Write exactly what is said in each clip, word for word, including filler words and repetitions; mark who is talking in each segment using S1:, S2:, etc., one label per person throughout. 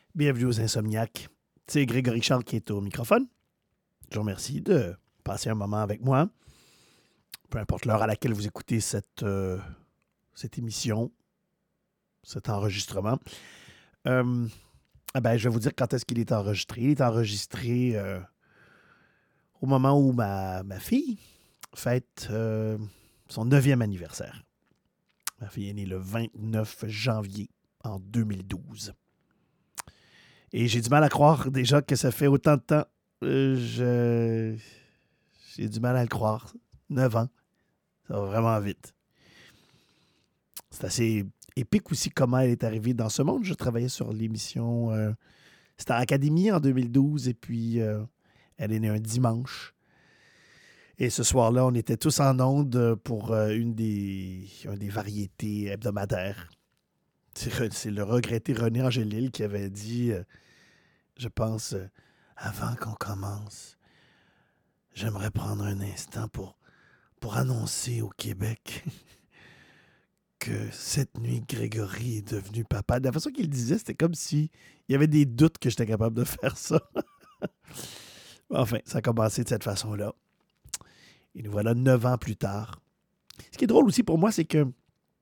S1: Bienvenue aux Insomniaques. C'est Grégory Charles qui est au microphone. Je vous remercie de passer un moment avec moi. Peu importe l'heure à laquelle vous écoutez cette, euh, cette émission, cet enregistrement. Euh, ah ben, je vais vous dire quand est-ce qu'il est enregistré. Il est enregistré euh, au moment où ma, ma fille fête euh, son neuvième anniversaire. Ma fille est née le vingt-neuf janvier en deux mille douze. Et j'ai du mal à croire déjà que ça fait autant de temps. Euh, je... J'ai du mal à le croire. neuf ans. Ça va vraiment vite. C'est assez épique aussi comment elle est arrivée dans ce monde. Je travaillais sur l'émission euh, Star Academy en deux mille douze et puis euh, elle est née un dimanche. Et ce soir-là, on était tous en onde pour euh, une des, une des variétés hebdomadaires. C'est, c'est le regretté René Angélil qui avait dit, euh, je pense, euh, avant qu'on commence, j'aimerais prendre un instant pour, pour annoncer au Québec que cette nuit, Grégory est devenu papa. De la façon qu'il le disait, c'était comme si il y avait des doutes que j'étais capable de faire ça. Enfin, ça a commencé de cette façon-là. Et nous voilà neuf ans plus tard. Ce qui est drôle aussi pour moi, c'est que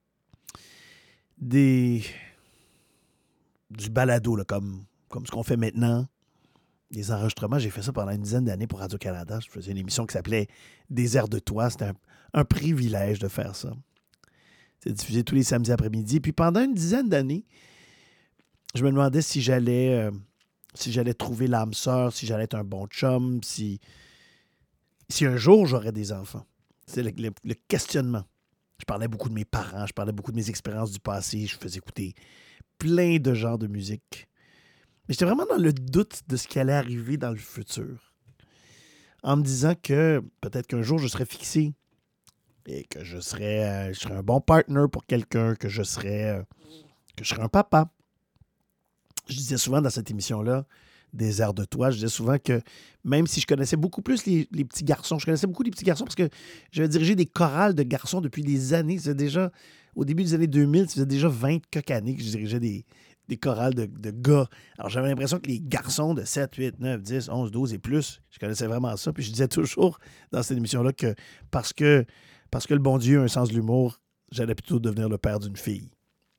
S1: des du balado, là, comme, comme ce qu'on fait maintenant, des enregistrements, j'ai fait ça pendant une dizaine d'années pour Radio-Canada. Je faisais une émission qui s'appelait Des airs de toi. C'était un, un privilège de faire ça. C'est diffusé tous les samedis après-midi. Puis pendant une dizaine d'années, je me demandais si j'allais euh, si j'allais trouver l'âme sœur, si j'allais être un bon chum, si, si un jour j'aurais des enfants. C'est le, le, le questionnement. Je parlais beaucoup de mes parents, je parlais beaucoup de mes expériences du passé, je faisais écouter plein de genres de musique. Mais j'étais vraiment dans le doute de ce qui allait arriver dans le futur. En me disant que peut-être qu'un jour je serais fixé et que je serais, euh, je serais un bon partner pour quelqu'un, que je serais, euh, que je serais un papa. Je disais souvent dans cette émission-là, Des airs de toi, je disais souvent que même si je connaissais beaucoup plus les, les petits garçons, je connaissais beaucoup les petits garçons parce que j'avais dirigé des chorales de garçons depuis des années. C'était déjà, au début des années deux mille, ça faisait déjà vingt quelques années que je dirigeais des, des chorales de, de gars. Alors j'avais l'impression que les garçons de sept, huit, neuf, dix, onze, douze et plus, je connaissais vraiment ça. Puis je disais toujours dans cette émission-là que parce que, parce que le bon Dieu a un sens de l'humour, j'allais plutôt devenir le père d'une fille.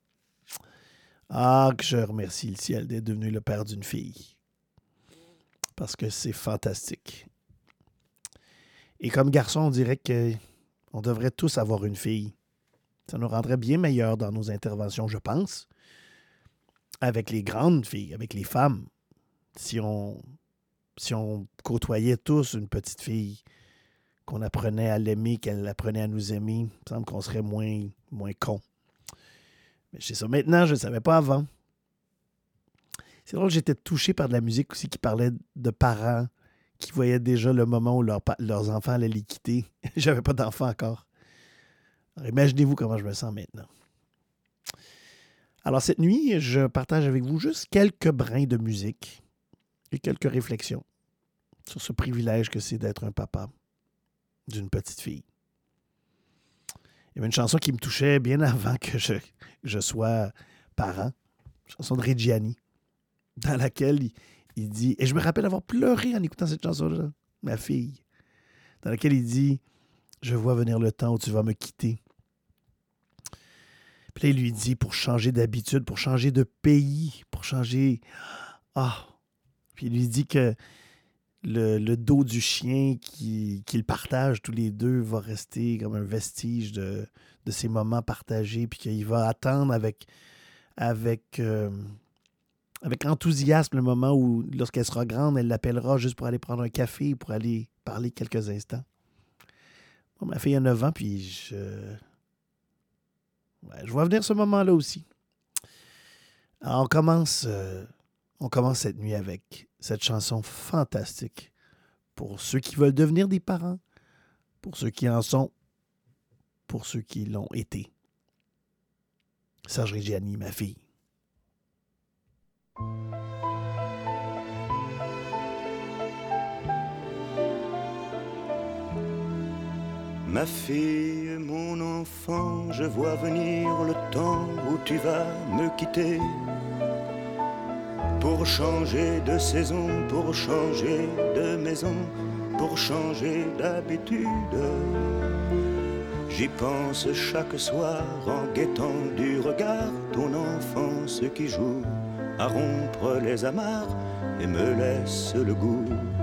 S1: Ah, que je remercie le ciel d'être devenu le père d'une fille. Parce que c'est fantastique. Et comme garçon, on dirait qu'on devrait tous avoir une fille. Ça nous rendrait bien meilleurs dans nos interventions, je pense, avec les grandes filles, avec les femmes. Si on, si on côtoyait tous une petite fille, qu'on apprenait à l'aimer, qu'elle apprenait à nous aimer, il me semble qu'on serait moins, moins cons. Mais c'est ça. Maintenant, je ne le savais pas avant. C'est drôle, j'étais touché par de la musique aussi qui parlait de parents qui voyaient déjà le moment où leur, leurs enfants allaient les quitter. J'avais pas d'enfants encore. Alors, imaginez-vous comment je me sens maintenant. Alors cette nuit, je partage avec vous juste quelques brins de musique et quelques réflexions sur ce privilège que c'est d'être un papa d'une petite fille. Il y avait une chanson qui me touchait bien avant que je, je sois parent, une chanson de Reggiani, dans laquelle il, il dit, et je me rappelle avoir pleuré en écoutant cette chanson-là, ma fille, dans laquelle il dit, je vois venir le temps où tu vas me quitter. Puis là, il lui dit, pour changer d'habitude, pour changer de pays, pour changer... Ah! Puis il lui dit que le, le dos du chien qui, qu'ils partagent tous les deux va rester comme un vestige de, de ces moments partagés, puis qu'il va attendre avec... avec euh, avec enthousiasme le moment où, lorsqu'elle sera grande, elle l'appellera juste pour aller prendre un café, pour aller parler quelques instants. Moi, ma fille a neuf ans, puis je... Ouais, je vois venir ce moment-là aussi. Alors, on commence, euh, on commence cette nuit avec cette chanson fantastique pour ceux qui veulent devenir des parents, pour ceux qui en sont, pour ceux qui l'ont été. Serge Reggiani, ma fille.
S2: Ma fille, mon enfant, je vois venir le temps où tu vas me quitter. pour changer de saison, pour changer de maison, pour changer d'habitude. J'y pense chaque soir en guettant du regard ton enfance qui joue à rompre les amarres et me laisse le goût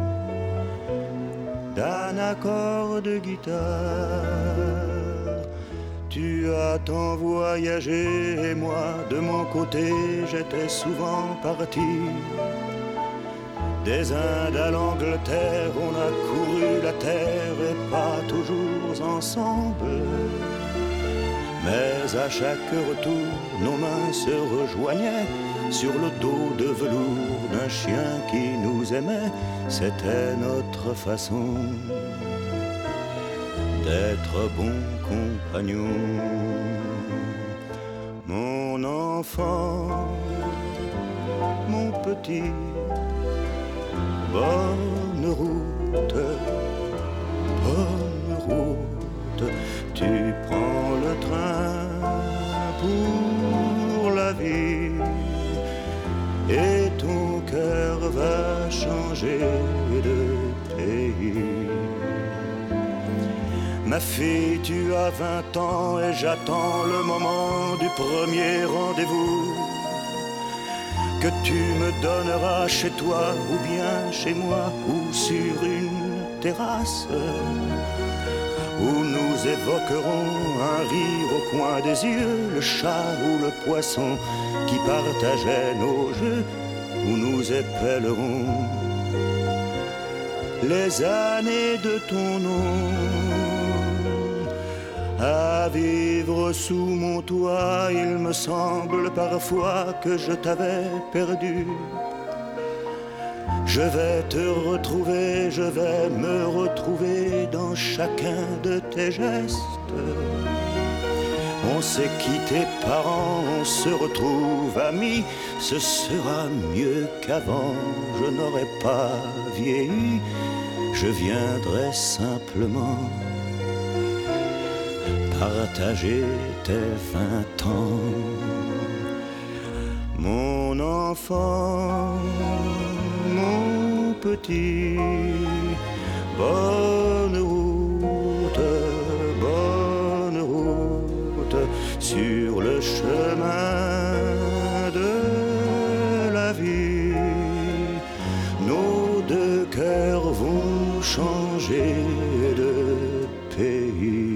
S2: d'un accord de guitare. Tu as tant voyagé et moi de mon côté j'étais souvent parti. Des Indes à l'Angleterre, on a couru la terre et pas toujours ensemble. Mais à chaque retour, nos mains se rejoignaient sur le dos de velours d'un chien qui nous aimait. C'était notre façon d'être bons compagnons. Mon enfant, mon petit, bonne route, bonne route. Tu prends le train pour la vie et ton cœur va changer de pays. Ma fille, tu as vingt ans et j'attends le moment du premier rendez-vous que tu me donneras chez toi ou bien chez moi ou sur une terrasse où nous évoquerons un rire au coin des yeux, le chat ou le poisson qui partageait nos jeux, où nous épellerons les années de ton nom. À vivre sous mon toit, il me semble parfois que je t'avais perdu. Je vais te retrouver, je vais me retrouver dans chacun de tes gestes. On s'est quitté parents, on se retrouve amis. Ce sera mieux qu'avant, je n'aurai pas vieilli. Je viendrai simplement partager tes vingt ans. Mon enfant, mon petit, bonne route, bonne route sur le chemin de la vie. Nos deux cœurs vont changer de pays.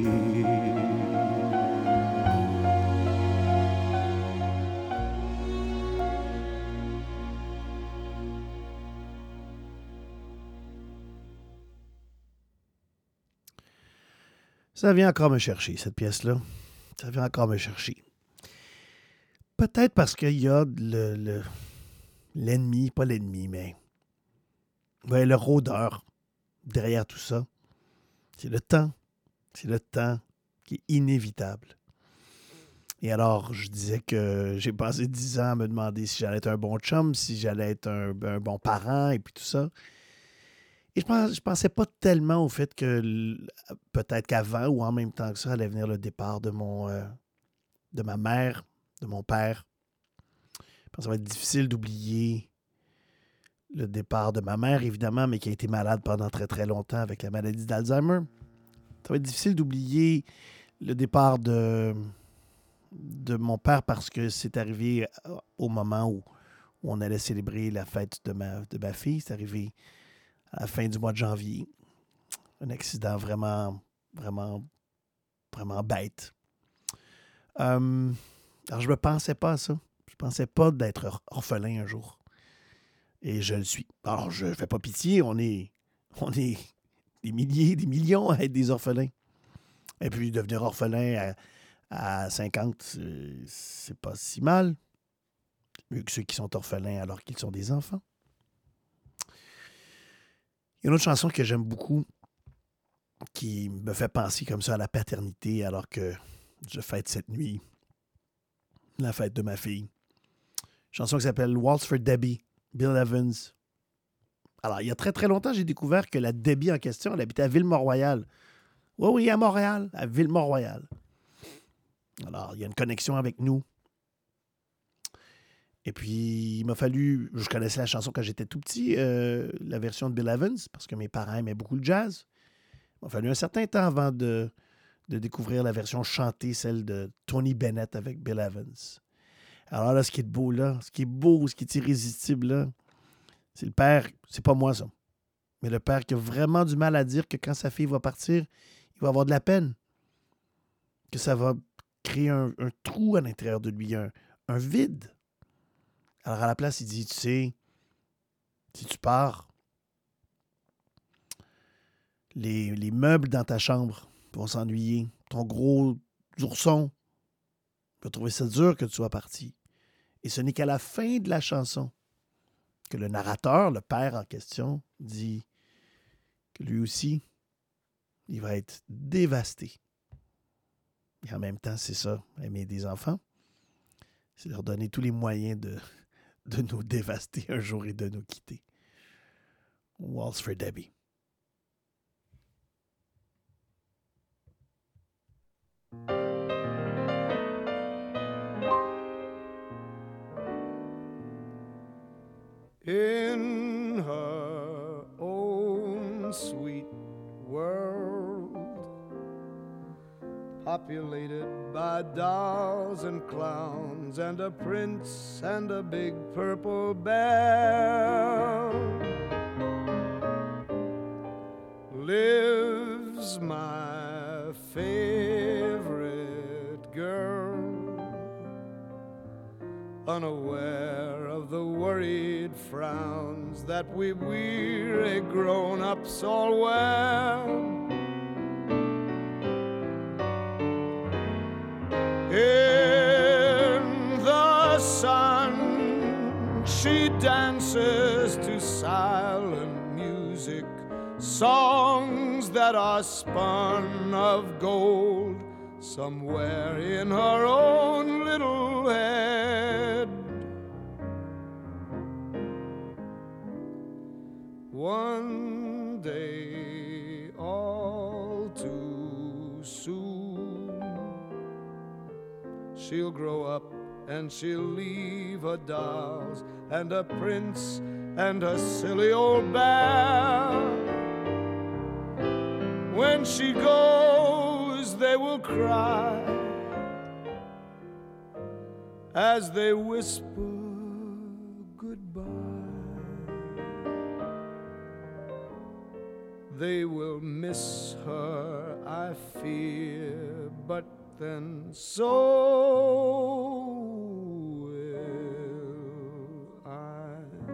S1: Ça vient encore me chercher, cette pièce-là. Ça vient encore me chercher. Peut-être parce qu'il y a le, le, l'ennemi, pas l'ennemi, mais ouais, le rôdeur derrière tout ça. C'est le temps. C'est le temps qui est inévitable. Et alors, je disais que j'ai passé dix ans à me demander si j'allais être un bon chum, si j'allais être un, un bon parent, et puis tout ça. Et je pense, je pensais pas tellement au fait que peut-être qu'avant ou en même temps que ça allait venir le départ de mon euh, de ma mère, de mon père. Je pense que ça va être difficile d'oublier le départ de ma mère, évidemment, mais qui a été malade pendant très très longtemps avec la maladie d'Alzheimer. Ça va être difficile d'oublier le départ de, de mon père parce que c'est arrivé au moment où, où on allait célébrer la fête de ma, de ma fille. C'est arrivé à la fin du mois de janvier. Un accident vraiment, vraiment, vraiment bête. Euh, alors, je ne me pensais pas à ça. Je ne pensais pas d'être orphelin un jour. Et je le suis. Alors, je ne fais pas pitié. On est, on est des milliers, des millions à être des orphelins. Et puis, devenir orphelin à, à cinquante, c'est, c'est pas si mal. Mieux que ceux qui sont orphelins alors qu'ils sont des enfants. Il y a une autre chanson que j'aime beaucoup qui me fait penser comme ça à la paternité alors que je fête cette nuit la fête de ma fille. Une chanson qui s'appelle Waltz for Debbie, Bill Evans. Alors, il y a très très longtemps, j'ai découvert que la Debbie en question, elle habitait à Ville-Mont-Royal. Oui, oui, à Montréal, à Ville-Mont-Royal. Alors, il y a une connexion avec nous. Et puis, il m'a fallu... Je connaissais la chanson quand j'étais tout petit, euh, la version de Bill Evans, parce que mes parents aimaient beaucoup le jazz. Il m'a fallu un certain temps avant de, de découvrir la version chantée, celle de Tony Bennett avec Bill Evans. Alors là, ce qui est beau là, ce qui est beau, ce qui est irrésistible là, c'est le père, c'est pas moi ça, mais le père qui a vraiment du mal à dire que quand sa fille va partir, il va avoir de la peine. Que ça va créer un, un trou à l'intérieur de lui, un, un vide. Alors à la place, il dit, tu sais, si tu pars, les, les meubles dans ta chambre vont s'ennuyer. Ton gros ourson va trouver ça dur que tu sois parti. Et ce n'est qu'à la fin de la chanson que le narrateur, le père en question, dit que lui aussi, il va être dévasté. Et en même temps, c'est ça, aimer des enfants, c'est leur donner tous les moyens de, de nous dévaster un jour et de nous quitter. Waltz for Debbie.
S3: In her own sweet world, populated by dolls and clowns and a prince and a big purple bear, lives my favorite girl, unaware of the worried frowns that we weary grown-ups all wear. In the sun, she dances to silent music, songs that are spun of gold somewhere in her own little head. One day, all too soon, she'll grow up and she'll leave her dolls and a prince and her silly old bear. When she goes, they will cry as they whisper goodbye. They will miss her, I fear, but then so will I.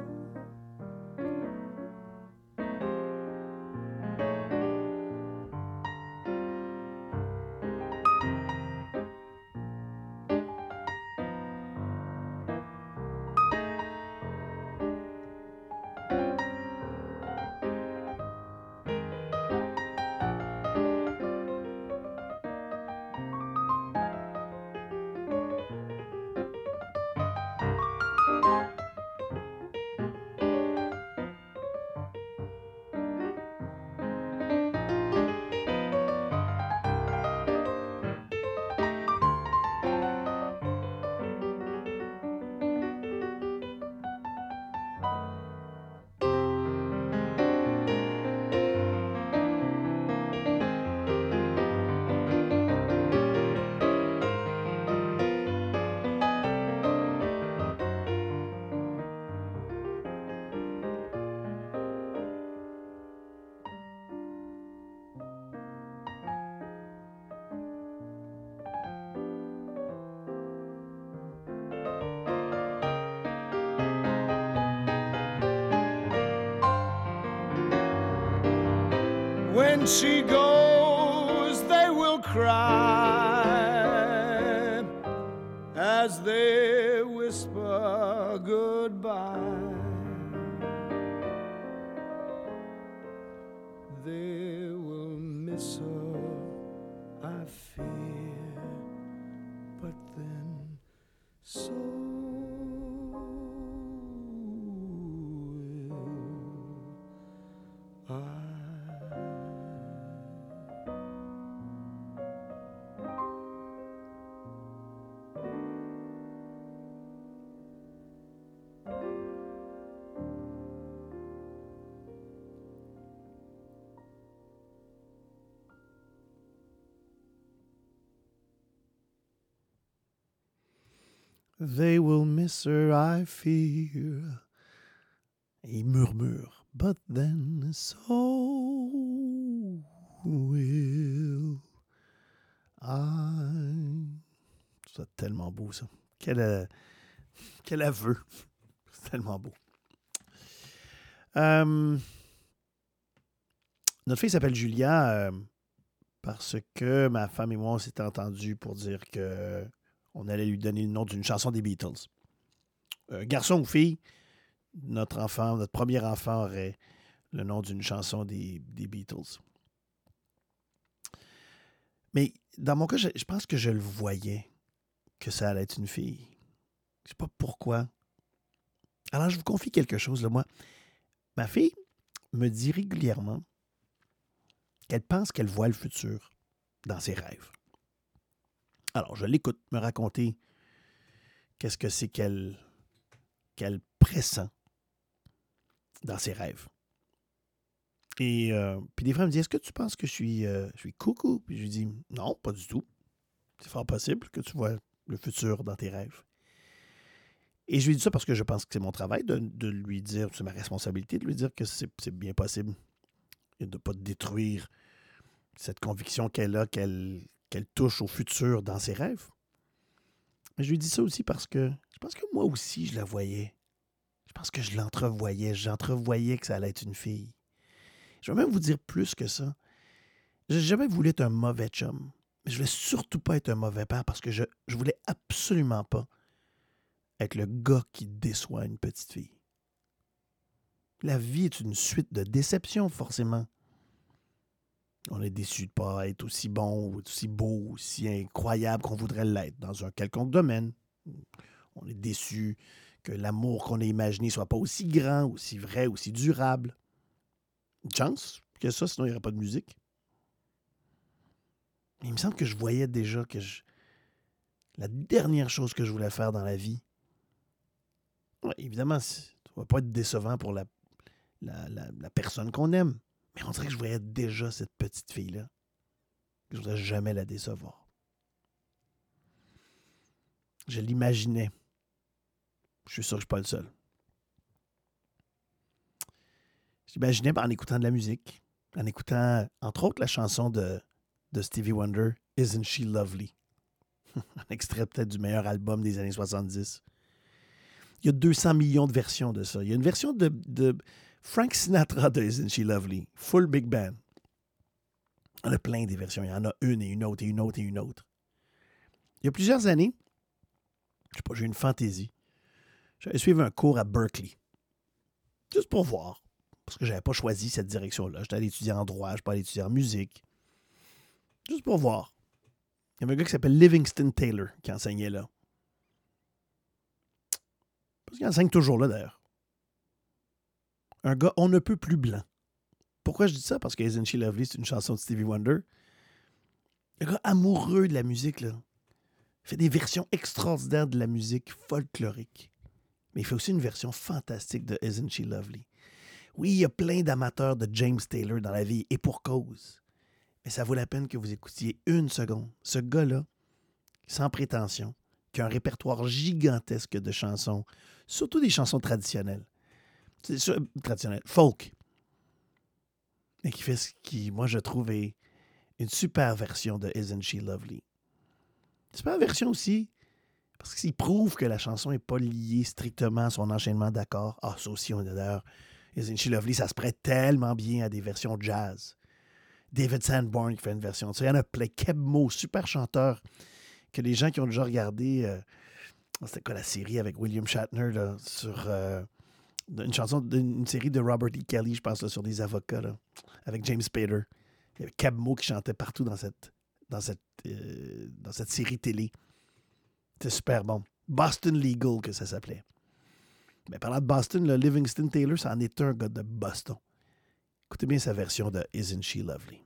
S3: When she goes, they will cry as they whisper goodbye. They will miss her, I fear, but then so will I.
S1: They will miss her, I fear. Et il murmure. But then so will I. C'est tellement beau, ça. Quel, euh, quel aveu. C'est tellement beau. Euh, notre fille s'appelle Julia euh, parce que ma femme et moi, on s'était entendus pour dire que on allait lui donner le nom d'une chanson des Beatles. Euh, garçon ou fille, notre enfant, notre premier enfant aurait le nom d'une chanson des, des Beatles. Mais dans mon cas, je, je pense que je le voyais que ça allait être une fille. Je sais pas pourquoi. Alors, je vous confie quelque chose, là, moi. Ma fille me dit régulièrement qu'elle pense qu'elle voit le futur dans ses rêves. Alors, je l'écoute me raconter qu'est-ce que c'est qu'elle, qu'elle pressent dans ses rêves. Et euh, puis des fois, elle me dit, est-ce que tu penses que je suis, euh, je suis coucou? Puis je lui dis, non, pas du tout. C'est fort possible que tu vois le futur dans tes rêves. Et je lui dis ça parce que je pense que c'est mon travail de, de lui dire, c'est ma responsabilité de lui dire que c'est, c'est bien possible et de ne pas détruire cette conviction qu'elle a, qu'elle, qu'elle touche au futur dans ses rêves. Mais je lui dis ça aussi parce que je pense que moi aussi, je la voyais. Je pense que je l'entrevoyais. J'entrevoyais que ça allait être une fille. Je vais même vous dire plus que ça. Je n'ai jamais voulu être un mauvais chum. Mais je ne voulais surtout pas être un mauvais père parce que je ne voulais absolument pas être le gars qui déçoit une petite fille. La vie est une suite de déceptions, forcément. On est déçu de ne pas être aussi bon, aussi beau, aussi incroyable qu'on voudrait l'être dans un quelconque domaine. On est déçu que l'amour qu'on a imaginé ne soit pas aussi grand, aussi vrai, aussi durable. Une chance que ça, sinon il n'y aurait pas de musique. Mais il me semble que je voyais déjà que je... la dernière chose que je voulais faire dans la vie, ouais, évidemment, ça ne va pas être décevant pour la, la, la, la personne qu'on aime. Mais on dirait que je voyais déjà cette petite fille-là. Je ne voudrais jamais la décevoir. Je l'imaginais. Je suis sûr que je ne suis pas le seul. Je l'imaginais en écoutant de la musique, en écoutant, entre autres, la chanson de, de Stevie Wonder, Isn't She Lovely? Un extrait peut-être du meilleur album des années soixante-dix. Il y a deux cents millions de versions de ça. Il y a une version de, de Frank Sinatra de Isn't She Lovely? Full Big Band. Il y en a plein des versions. Il y en a une et une autre et une autre et une autre. Il y a plusieurs années, je sais pas, j'ai eu une fantaisie. J'allais suivre un cours à Berkeley. Juste pour voir. Parce que je n'avais pas choisi cette direction-là. J'étais allé étudier en droit, je ne suis pas allé étudier en musique. Juste pour voir. Il y avait un gars qui s'appelle Livingston Taylor qui enseignait là. Parce qu'il enseigne toujours là, d'ailleurs. Un gars on ne peut plus blanc. Pourquoi je dis ça? Parce que Isn't She Lovely, c'est une chanson de Stevie Wonder. Un gars amoureux de la musique, là. Il fait des versions extraordinaires de la musique folklorique. Mais il fait aussi une version fantastique de Isn't She Lovely? Oui, il y a plein d'amateurs de James Taylor dans la vie, et pour cause. Mais ça vaut la peine que vous écoutiez une seconde. Ce gars-là, sans prétention, qui a un répertoire gigantesque de chansons, surtout des chansons traditionnelles. C'est, traditionnelles, folk. Et qui fait ce qui, moi, je trouve, est une super version de Isn't She Lovely? Super version aussi, parce qu'il prouve que la chanson n'est pas liée strictement à son enchaînement d'accords. Ah, ça aussi, on est d'ailleurs... Isn't She Lovely, ça se prête tellement bien à des versions jazz. David Sanborn qui fait une version. Tu sais, il y en a plein. Keb Mo, super chanteur, que les gens qui ont déjà regardé, euh, c'était quoi la série avec William Shatner, là, sur euh, une chanson, une série de Robert E. Kelly, je pense, là, sur des avocats, là, avec James Spader. Il y avait Keb Mo qui chantait partout dans cette, dans cette, euh, dans cette série télé. C'était super bon. Boston Legal, que ça s'appelait. Mais parlant de Boston, le Livingston Taylor, ça en est un gars de Boston. Écoutez bien sa version de Isn't She Lovely?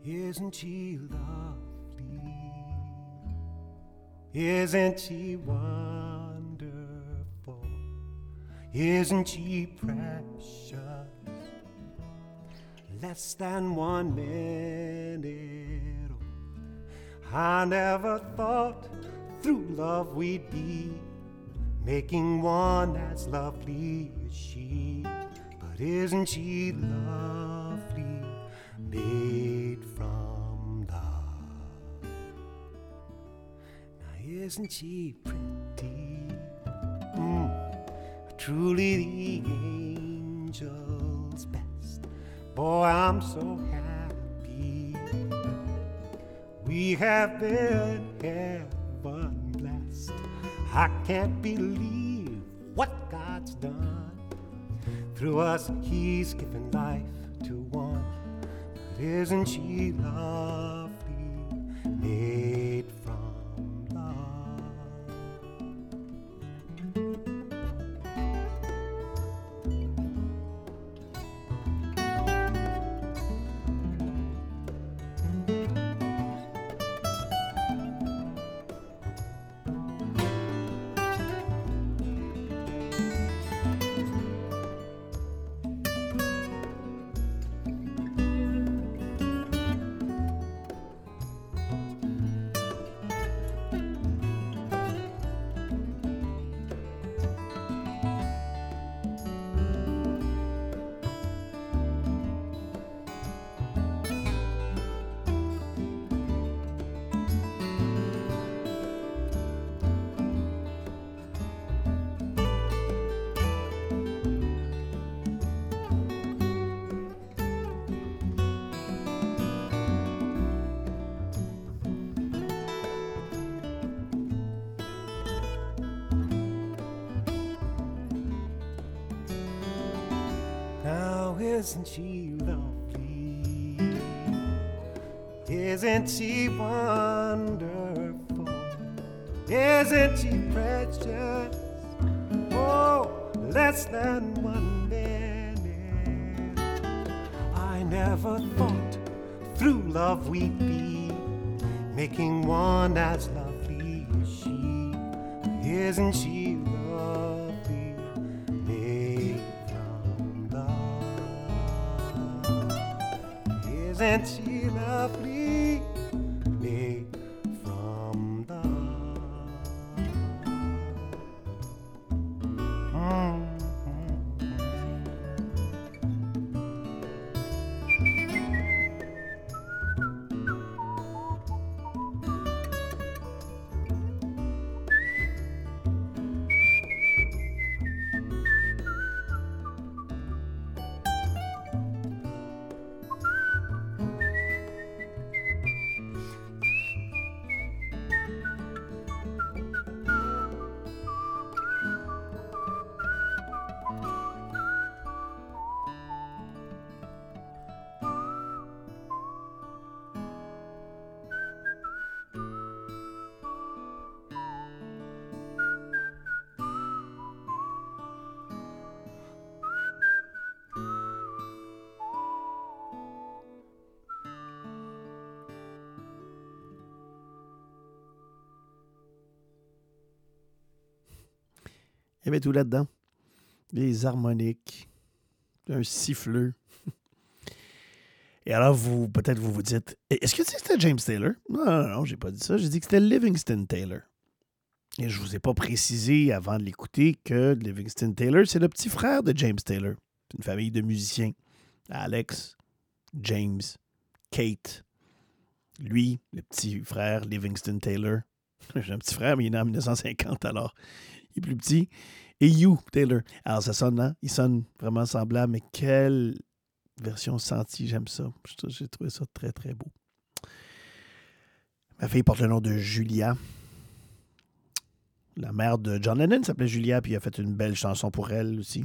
S4: Isn't she lovely? Isn't she wonderful? Isn't she precious? Less than one minute old. I never thought through love we'd be making one as lovely as she. But isn't she lovely, made from love? Now isn't she pretty? Mm, truly the angel's best. Boy, I'm so happy. We have been heaven blessed. I can't believe what God's done. Through us, He's given life to one. But isn't she lovely, made from love? Isn't she lovely? Isn't she wonderful? Isn't she precious? Oh, less than one minute. I never thought through love we'd be making one as lovely as she. Isn't she lovely, made from love? Isn't she lovely, made from love? Mm-hmm.
S1: Il y avait tout là-dedans. Des harmoniques, un siffleux. Et alors, vous peut-être vous vous dites, est-ce que c'était James Taylor? Non, non, non, j'ai pas dit ça. J'ai dit que c'était Livingston Taylor. Et je vous ai pas précisé avant de l'écouter que Livingston Taylor, c'est le petit frère de James Taylor. C'est une famille de musiciens. Alex, James, Kate. Lui, le petit frère Livingston Taylor. J'ai un petit frère, mais il est né en dix-neuf cent cinquante, alors il est plus petit. Et Hugh Taylor. Alors, ça sonne, hein? Il sonne vraiment semblable, mais quelle version sentie, j'aime ça. J'ai trouvé ça très, très beau. Ma fille porte le nom de Julia. La mère de John Lennon s'appelait Julia, puis il a fait une belle chanson pour elle aussi.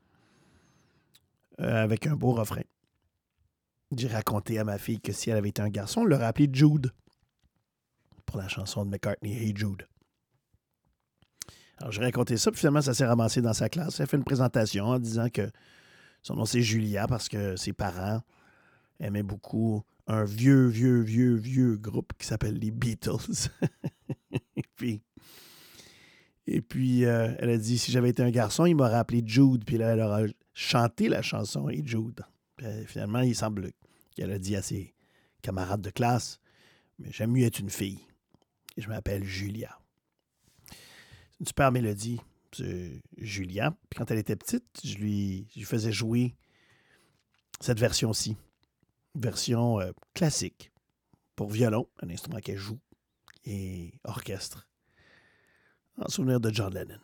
S1: Euh, avec un beau refrain. J'ai raconté à ma fille que si elle avait été un garçon, on l'aurait appelé Jude. Pour la chanson de McCartney, Hey Jude. Alors, j'ai raconté ça, puis finalement, ça s'est ramassé dans sa classe. Elle a fait une présentation en disant que son nom, c'est Julia, parce que ses parents aimait beaucoup un vieux, vieux, vieux, vieux groupe qui s'appelle les Beatles. et puis, et puis euh, elle a dit, si j'avais été un garçon, il m'aurait appelé Jude. Puis là, elle aura chanté la chanson « Hey Jude ». Puis, finalement, il semble qu'elle a dit à ses camarades de classe, « Mais j'aime mieux être une fille. Et je m'appelle Julia. » C'est une super mélodie, c'est Julia. Puis quand elle était petite, je lui, je lui faisais jouer cette version-ci. Version euh, classique pour violon, un instrument qu'elle joue, et orchestre, en souvenir de John Lennon.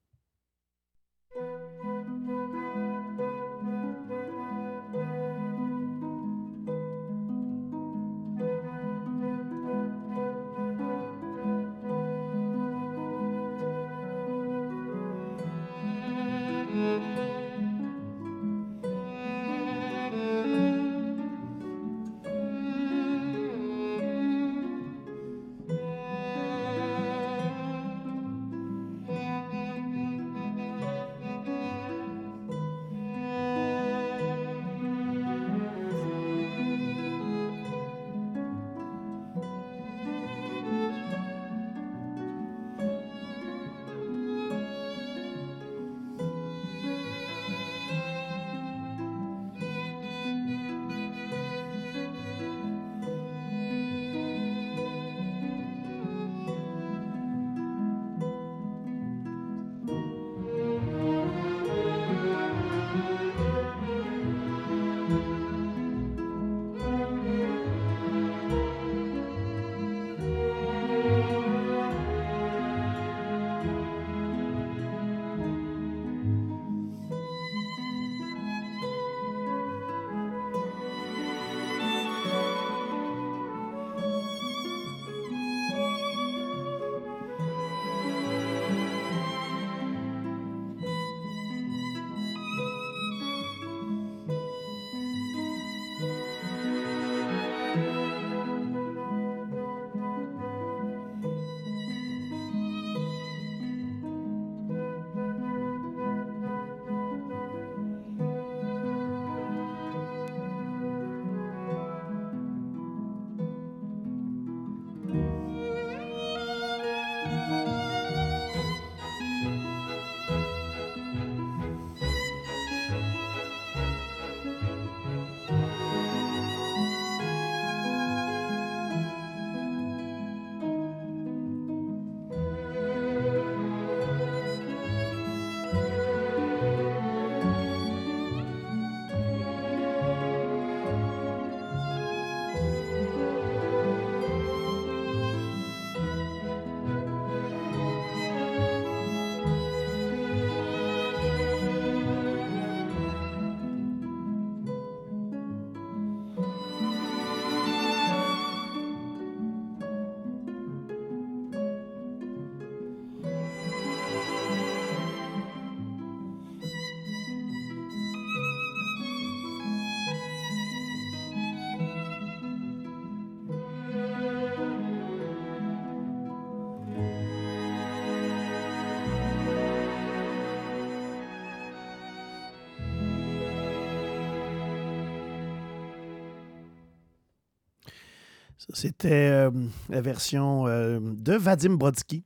S1: Ça, c'était euh, la version euh, de Vadim Brodsky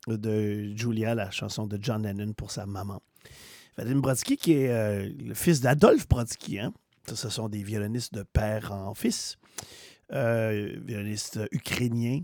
S1: de Julia, la chanson de John Lennon pour sa maman. Vadim Brodsky, qui est euh, le fils d'Adolphe Brodsky. Hein? Ça, ce sont des violonistes de père en fils. Euh, violoniste ukrainien.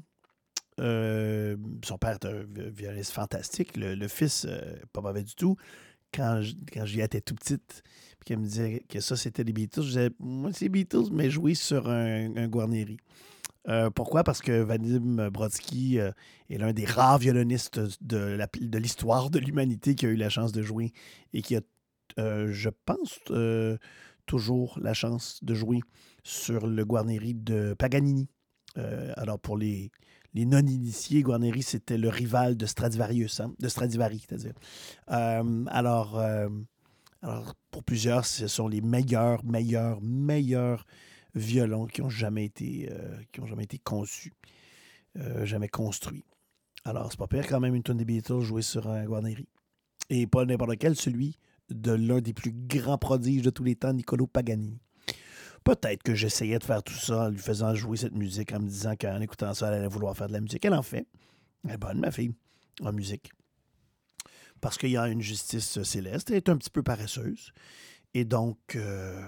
S1: Euh, son père est un violoniste fantastique. Le, le fils, euh, pas mauvais du tout. Quand, je, quand Julia était tout petite, puis qu'elle me disait que ça, c'était les Beatles, je disais, moi, c'est les Beatles, mais joué sur un, un Guarneri. Euh, pourquoi? Parce que Vadim Brodsky euh, est l'un des rares violonistes de, la, de l'histoire de l'humanité qui a eu la chance de jouer et qui a, euh, je pense, euh, toujours la chance de jouer sur le Guarneri de Paganini. Euh, alors, pour les, les non-initiés, Guarneri, c'était le rival de Stradivarius, hein, de Stradivari, c'est-à-dire. Euh, alors, euh, alors, pour plusieurs, ce sont les meilleurs, meilleurs, meilleurs violons qui n'ont jamais été, euh, qui ont jamais été conçus, euh, jamais construits. Alors, c'est pas pire quand même une tonne des Beatles jouée sur un Guarneri. Et pas n'importe lequel, celui de l'un des plus grands prodiges de tous les temps, Niccolo Paganini. Peut-être que j'essayais de faire tout ça en lui faisant jouer cette musique, en me disant qu'en écoutant ça, elle allait vouloir faire de la musique. Elle en fait. Elle est bonne, ma fille, en musique. Parce qu'il y a une justice céleste. Elle est un petit peu paresseuse. Et donc, euh,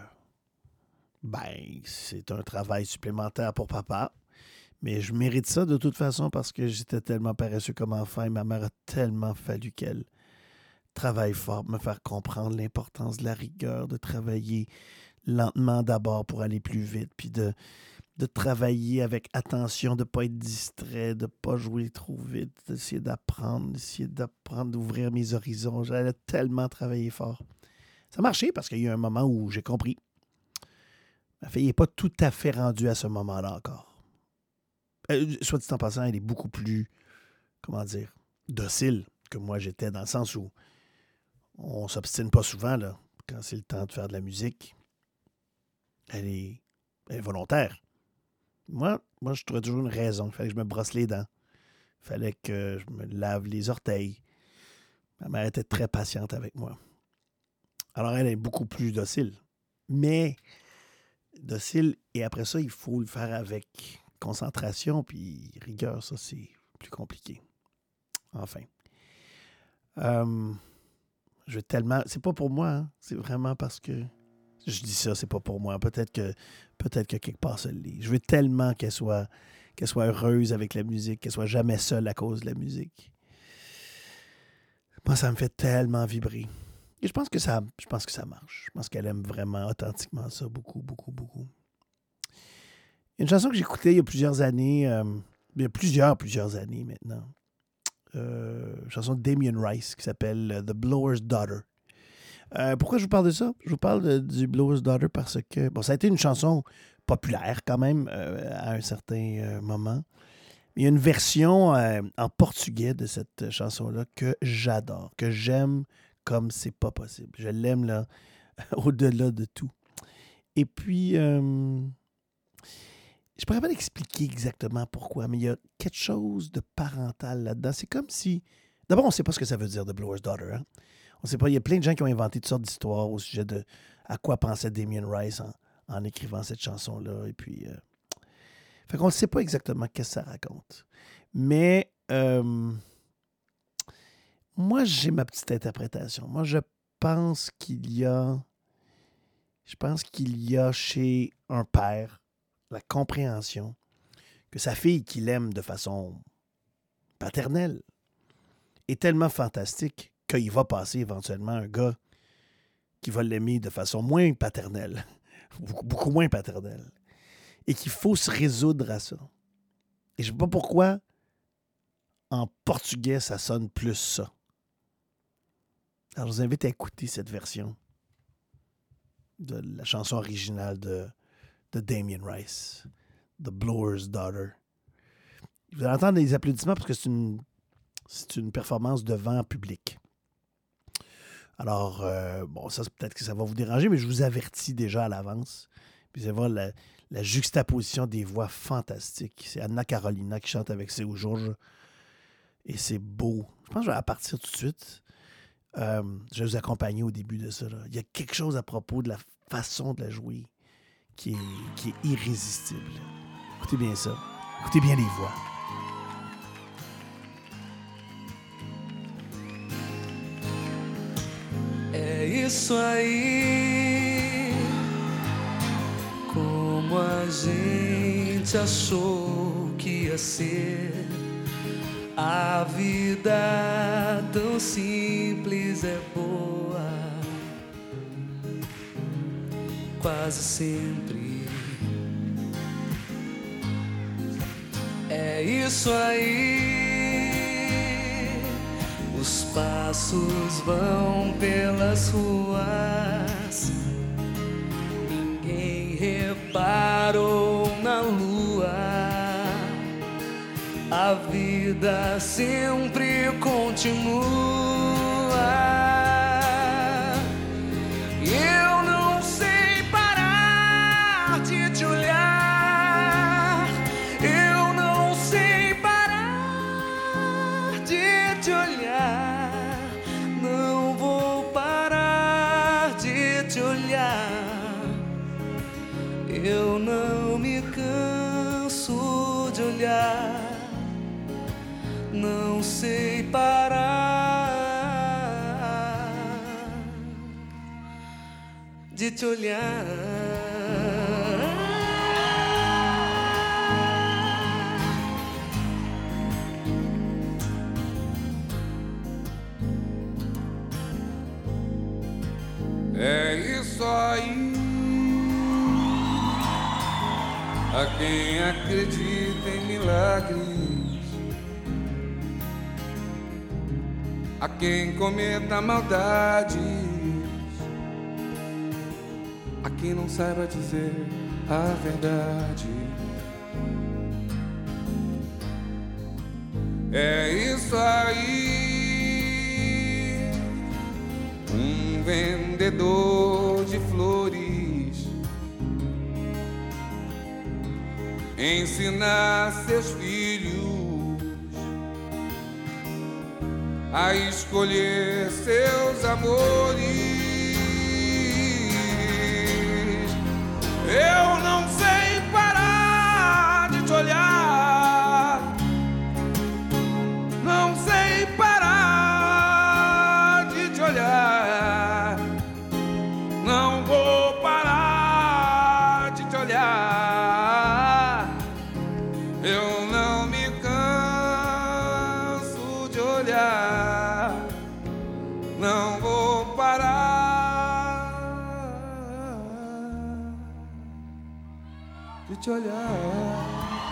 S1: ben, c'est un travail supplémentaire pour papa. Mais je mérite ça de toute façon parce que j'étais tellement paresseux comme enfant et ma mère a tellement fallu qu'elle travaille fort, me faire comprendre l'importance de la rigueur, de travailler lentement d'abord pour aller plus vite, puis de, de travailler avec attention, de ne pas être distrait, de ne pas jouer trop vite, d'essayer d'apprendre, d'essayer d'apprendre, d'ouvrir mes horizons. J'allais tellement travailler fort. Ça a marché parce qu'il y a eu un moment où j'ai compris. Ma fille n'est pas tout à fait rendue à ce moment-là encore. Euh, soit dit en passant, elle est beaucoup plus, comment dire, docile que moi j'étais, dans le sens où on ne s'obstine pas souvent là, quand c'est le temps de faire de la musique. Elle est, elle est volontaire. Moi, moi, je trouvais toujours une raison. Il fallait que je me brosse les dents. Il fallait que je me lave les orteils. Ma mère était très patiente avec moi. Alors, elle est beaucoup plus docile. Mais docile, et après ça, il faut le faire avec concentration, puis rigueur, ça, c'est plus compliqué. Enfin. Euh, je veux tellement... C'est pas pour moi, hein? C'est vraiment parce que... Je dis ça, c'est pas pour moi. Peut-être que peut-être que quelque part, ça l'est. Je veux tellement qu'elle soit, qu'elle soit heureuse avec la musique, qu'elle soit jamais seule à cause de la musique. Moi, ça me fait tellement vibrer. Et je pense que ça, je pense que ça marche. Je pense qu'elle aime vraiment authentiquement ça, beaucoup, beaucoup, beaucoup. Une chanson que j'écoutais il y a plusieurs années, euh, il y a plusieurs, plusieurs années maintenant. Euh, une chanson de Damien Rice qui s'appelle The Blower's Daughter. Euh, pourquoi je vous parle de ça? Je vous parle de, du Blower's Daughter parce que bon, ça a été une chanson populaire quand même euh, à un certain euh, moment. Il y a une version euh, en portugais de cette chanson-là que j'adore, que j'aime comme c'est pas possible. Je l'aime là, au-delà de tout. Et puis, euh, je pourrais pas expliquer exactement pourquoi, mais il y a quelque chose de parental là-dedans. C'est comme si... D'abord, on ne sait pas ce que ça veut dire, The Blower's Daughter. Hein? On sait pas. Il y a plein de gens qui ont inventé toutes sortes d'histoires au sujet de à quoi pensait Damien Rice en, en écrivant cette chanson-là. Et puis... Euh, fait qu'on ne sait pas exactement qu'est-ce que ça raconte. Mais euh, moi, j'ai ma petite interprétation. Moi, je pense qu'il y a... Je pense qu'il y a chez un père la compréhension que sa fille qu'il aime de façon paternelle est tellement fantastique qu'il va passer éventuellement un gars qui va l'aimer de façon moins paternelle, beaucoup, beaucoup moins paternelle, et qu'il faut se résoudre à ça. Et je ne sais pas pourquoi, en portugais, ça sonne plus ça. Alors, je vous invite à écouter cette version de la chanson originale de, de Damien Rice, The Blower's Daughter. Vous allez entendre des applaudissements parce que c'est une, c'est une performance devant public. Alors, euh, bon, ça, peut-être que ça va vous déranger, mais je vous avertis déjà à l'avance. Puis vous allez voir la, la juxtaposition des voix fantastiques. C'est Anna Carolina qui chante avec Seu Jorge. Et c'est beau. Je pense que je vais la partir tout de suite. Euh, je vais vous accompagner au début de ça. Là. Il y a quelque chose à propos de la façon de la jouer qui est, qui est irrésistible. Écoutez bien ça. Écoutez bien les voix.
S5: É isso aí, como a gente achou que ia ser. A vida tão simples é boa, quase sempre. É isso aí, os passos vão pelas ruas, ninguém reparou na lua. A vida sempre continua. Eu não sei parar de te olhar. Eu não sei parar de te olhar. Não vou parar de te olhar. olhar, não sei parar de te olhar.
S6: É isso aí. A quem acredita em milagres, a quem cometa maldades, a quem não saiba dizer a verdade. É isso aí. Um vendedor de flores ensinar seus filhos a escolher seus amores. Eu não sei parar de te olhar, não sei parar de te olhar, não vou parar de te olhar. Eu não me canso de olhar, não vou parar de te olhar.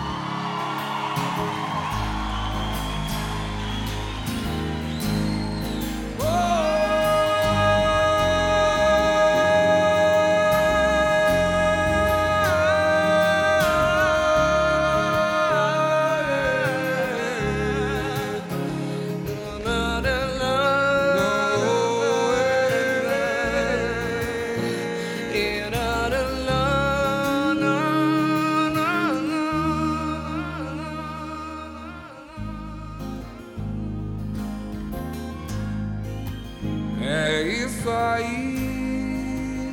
S6: É isso aí.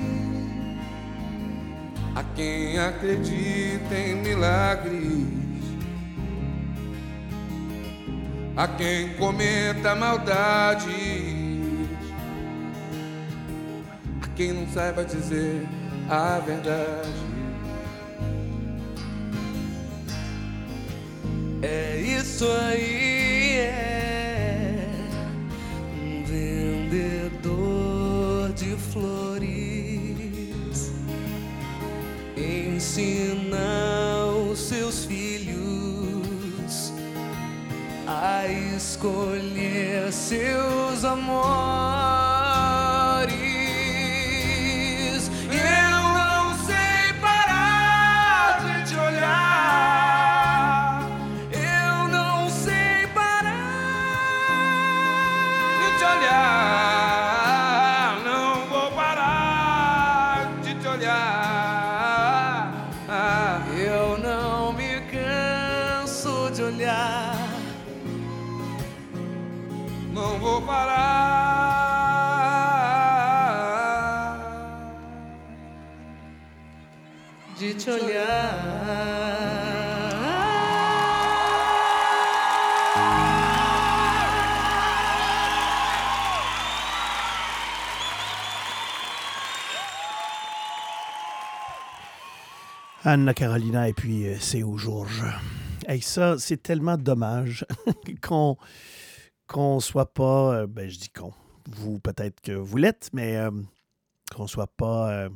S6: A quem acredita em milagres, a quem cometa maldades, a quem não saiba dizer a verdade.
S5: É isso aí, é um vendedor de flores ensina os seus filhos a escolher seus amores. Eu não sei parar de te olhar, eu não sei parar
S6: De te olhar, não vou parar de te olhar.
S5: eu não me canso de olhar,
S6: Não vou parar
S5: de te olhar.
S1: Anna Carolina et puis euh, c'est où Georges. Hey, ça, c'est tellement dommage qu'on qu'on soit pas, euh, ben je dis qu'on, vous peut-être que vous l'êtes, mais euh, qu'on soit pas euh,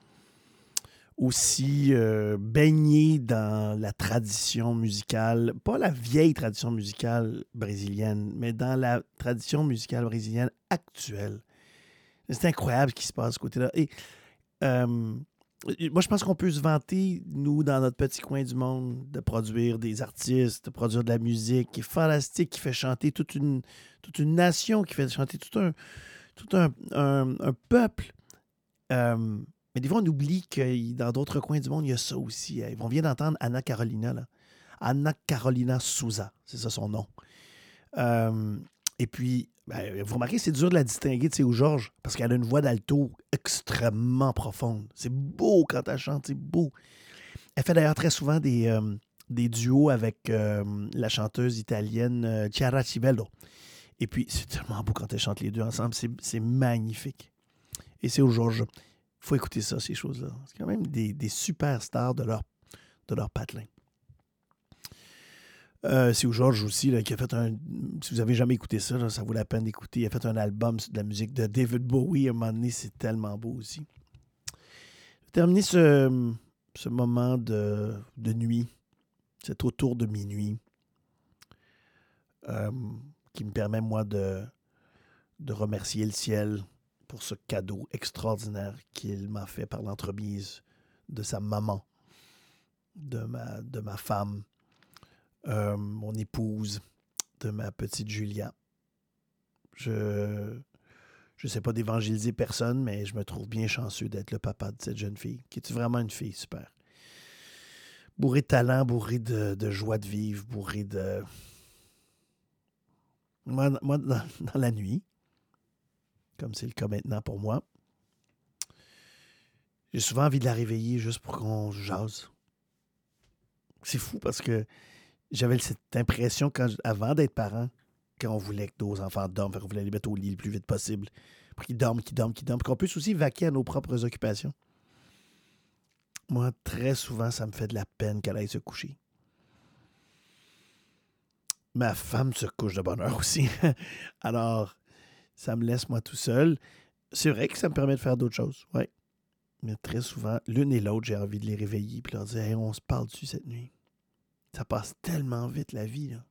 S1: aussi euh, baigné dans la tradition musicale, pas la vieille tradition musicale brésilienne, mais dans la tradition musicale brésilienne actuelle. C'est incroyable ce qui se passe ce côté-là. Et euh, moi, je pense qu'on peut se vanter, nous, dans notre petit coin du monde, de produire des artistes, de produire de la musique qui est fantastique, qui fait chanter toute une, toute une nation, qui fait chanter tout un, tout un, un, un peuple. Euh, mais des fois, on oublie que dans d'autres coins du monde, il y a ça aussi. On vient d'entendre Anna Carolina, là. Anna Carolina Souza, c'est ça son nom. Euh, et puis, ben, vous remarquez, c'est dur de la distinguer de Seu Jorge parce qu'elle a une voix d'alto extrêmement profonde. C'est beau quand elle chante, c'est beau. Elle fait d'ailleurs très souvent des, euh, des duos avec euh, la chanteuse italienne euh, Chiara Civello. Et puis, c'est tellement beau quand elles chantent les deux ensemble. C'est, c'est magnifique. Et c'est au Georges. Il faut écouter ça, ces choses-là. C'est quand même des, des superstars de leur, de leur patelin. Euh, c'est au Georges aussi, là, qui a fait un... Si vous n'avez jamais écouté ça, là, ça vaut la peine d'écouter. Il a fait un album de la musique de David Bowie. À un moment donné, c'est tellement beau aussi. Je vais terminer ce, ce moment de, de nuit. C'est autour de minuit. Euh, qui me permet, moi, de, de remercier le ciel pour ce cadeau extraordinaire qu'il m'a fait par l'entremise de sa maman, de ma, de ma femme, euh, mon épouse, de ma petite Julia. Je ne sais pas d'évangéliser personne, mais je me trouve bien chanceux d'être le papa de cette jeune fille, qui est vraiment une fille super. Bourrée de talent, bourrée de, de joie de vivre, bourrée de... Moi, moi dans, dans la nuit, comme c'est le cas maintenant pour moi, j'ai souvent envie de la réveiller juste pour qu'on jase. C'est fou parce que j'avais cette impression, quand, avant d'être parent, quand on voulait que nos enfants dorment, qu'on voulait les mettre au lit le plus vite possible, pour qu'ils dorment, qu'ils dorment, qu'ils dorment, qu'on puisse aussi vaquer à nos propres occupations. Moi, très souvent, ça me fait de la peine qu'elle aille se coucher. Ma femme se couche de bonne heure aussi. Alors, ça me laisse moi tout seul. C'est vrai que ça me permet de faire d'autres choses, oui. Mais très souvent, l'une et l'autre, j'ai envie de les réveiller et leur dire hey, on se parle dessus cette nuit. Ça passe tellement vite, la vie, là.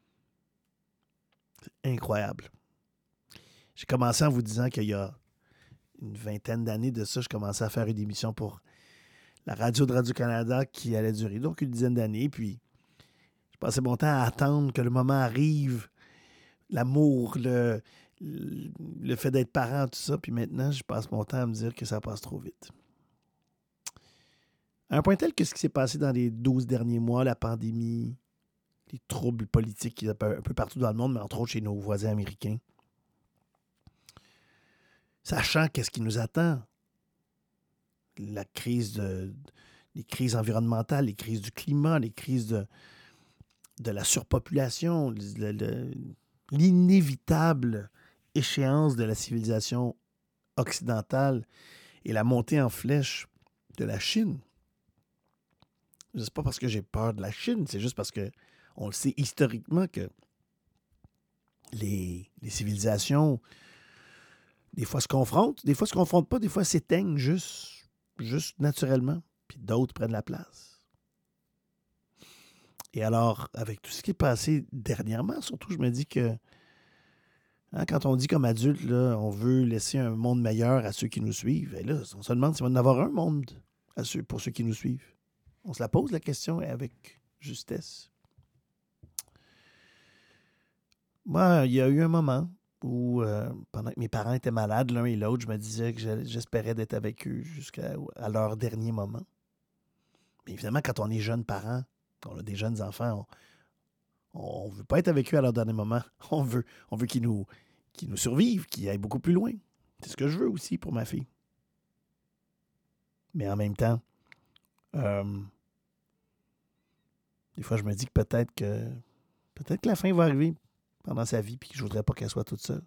S1: C'est incroyable. J'ai commencé en vous disant qu'il y a une vingtaine d'années de ça, je commençais à faire une émission pour la radio de Radio-Canada qui allait durer donc une dizaine d'années. Puis, je passais mon temps à attendre que le moment arrive, l'amour, le, le, le fait d'être parent, tout ça. Puis maintenant, je passe mon temps à me dire que ça passe trop vite. À un point tel que ce qui s'est passé dans les douze derniers mois, la pandémie, les troubles politiques un peu, un peu partout dans le monde, mais entre autres chez nos voisins américains, sachant qu'est-ce qui nous attend, la crise de, les crises environnementales, les crises du climat, les crises de, de la surpopulation, le, le, l'inévitable échéance de la civilisation occidentale et la montée en flèche de la Chine. C'est pas parce que j'ai peur de la Chine, c'est juste parce que on le sait historiquement que les, les civilisations, des fois se confrontent, des fois se confrontent pas, des fois s'éteignent juste, juste naturellement, puis d'autres prennent la place. Et alors, avec tout ce qui est passé dernièrement, surtout, je me dis que hein, quand on dit comme adulte, là, on veut laisser un monde meilleur à ceux qui nous suivent, et là, on se demande s'il va y en avoir un monde à ceux, pour ceux qui nous suivent. On se la pose la question avec justesse. Moi, il y a eu un moment où, euh, pendant que mes parents étaient malades, l'un et l'autre, je me disais que j'espérais d'être avec eux jusqu'à à leur dernier moment. Mais évidemment, quand on est jeune parent, on a des jeunes enfants, on ne veut pas être avec eux à leur dernier moment. On veut, on veut qu'ils nous, qu'ils nous survivent, qu'ils aillent beaucoup plus loin. C'est ce que je veux aussi pour ma fille. Mais en même temps, euh, des fois, je me dis que peut-être que peut-être que la fin va arriver pendant sa vie puis que je ne voudrais pas qu'elle soit toute seule.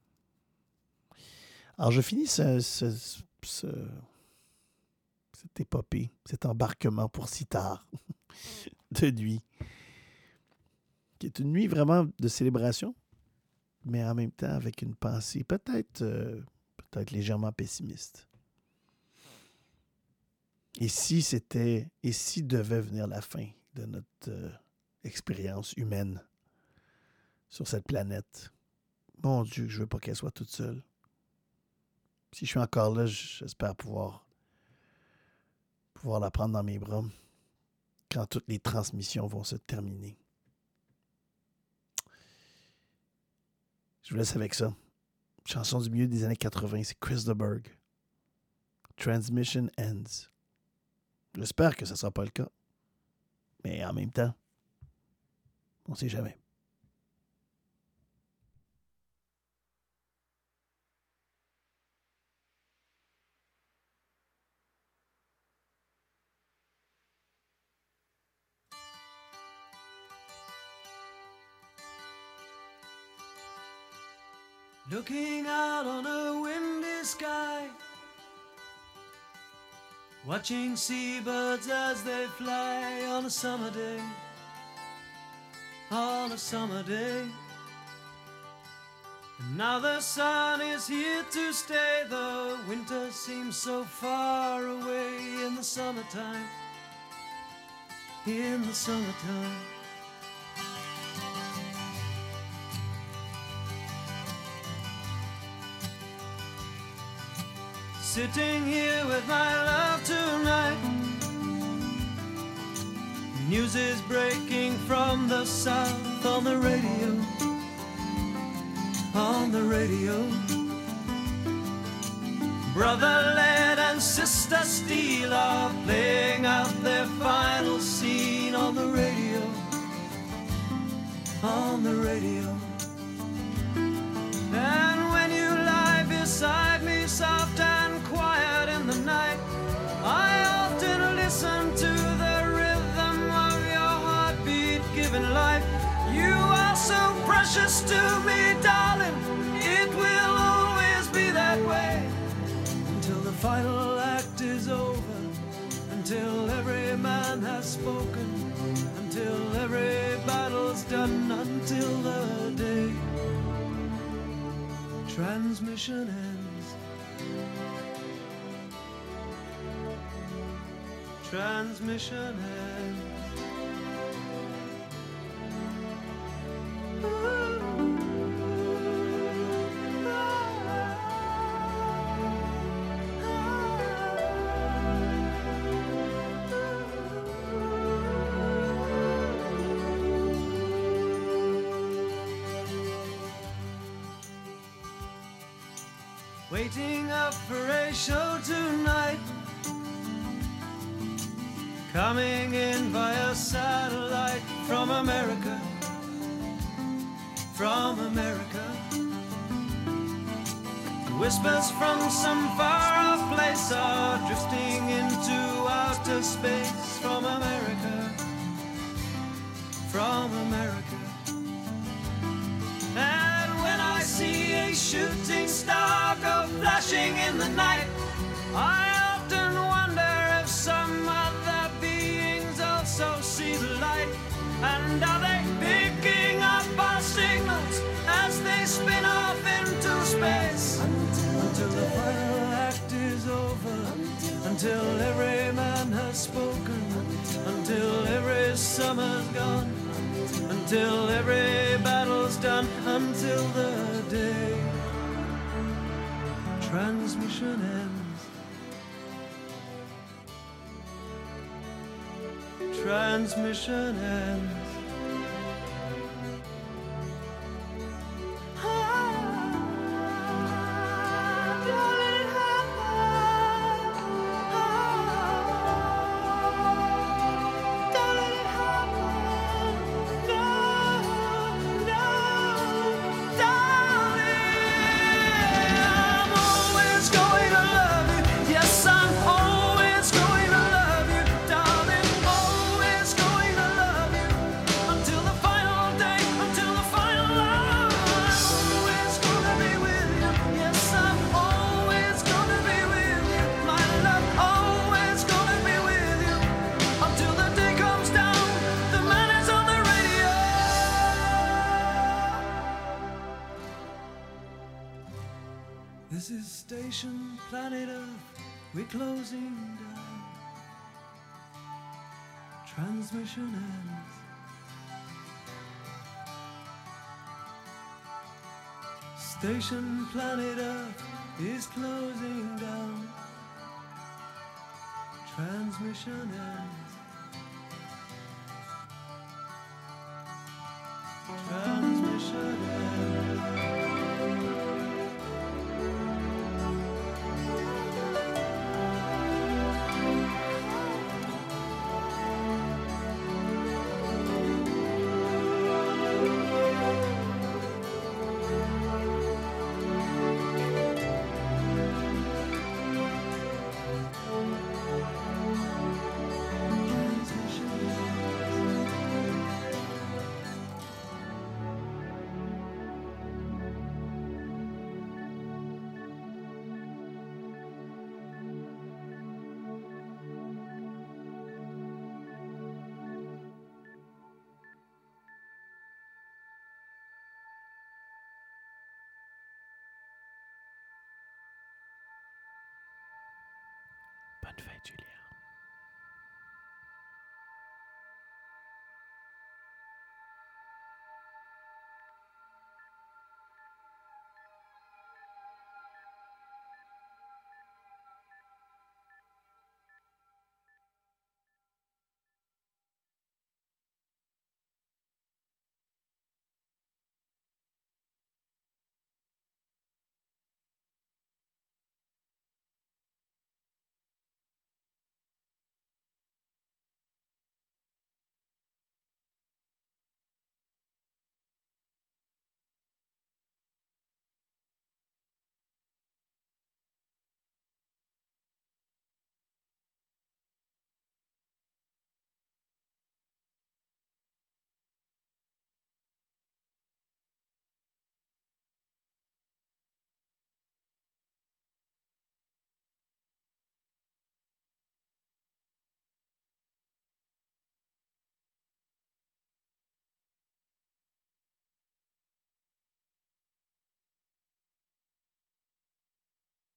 S1: Alors, je finis ce, ce, ce, cette épopée, cet embarquement pour si tard de nuit, qui est une nuit vraiment de célébration, mais en même temps avec une pensée peut-être, euh, peut-être légèrement pessimiste. Et si c'était, et si devait venir la fin de notre euh, expérience humaine sur cette planète, mon Dieu, je veux pas qu'elle soit toute seule. Si je suis encore là, j'espère pouvoir, pouvoir la prendre dans mes bras quand toutes les transmissions vont se terminer. Je vous laisse avec ça. Chanson du milieu des années quatre-vingts, c'est Chris de Burgh. Transmission Ends. J'espère que ce ne sera pas le cas. Mais en même temps, on ne sait jamais.
S7: looking out on a windy sky, watching seabirds as they fly on a summer day, on a summer day. And now the sun is here to stay, the winter seems so far away in the summertime, in the summertime. Sitting here with my love tonight, news is breaking from the south on the radio, on the radio. Brother Led and Sister Steele are playing out their final scene on the radio, on the radio. And when you lie beside me soft and quiet in the night, I often listen to the rhythm of your heartbeat giving life. You are so precious to me, darling, it will always be that way. Until the final act is over, until every man has spoken, until every battle's done, until the day transmission ends. Transmission ends. Waiting up for a show tonight, coming in via satellite from America, from America. Whispers from some far-off place are drifting into outer space from America, from America. And when I see a shooting star go flashing in the night, I often wonder if some other beings also see the light. And are they picking up our signals as they spin off into space? Until, until the final act is over, until, until every man has spoken, until, until every summer's gone, until every battle's done, until the day transmission ends. Transmission ends. This is Station Planet Earth, we're closing down. Transmission ends. Station Planet Earth is closing down. Transmission ends. Transmission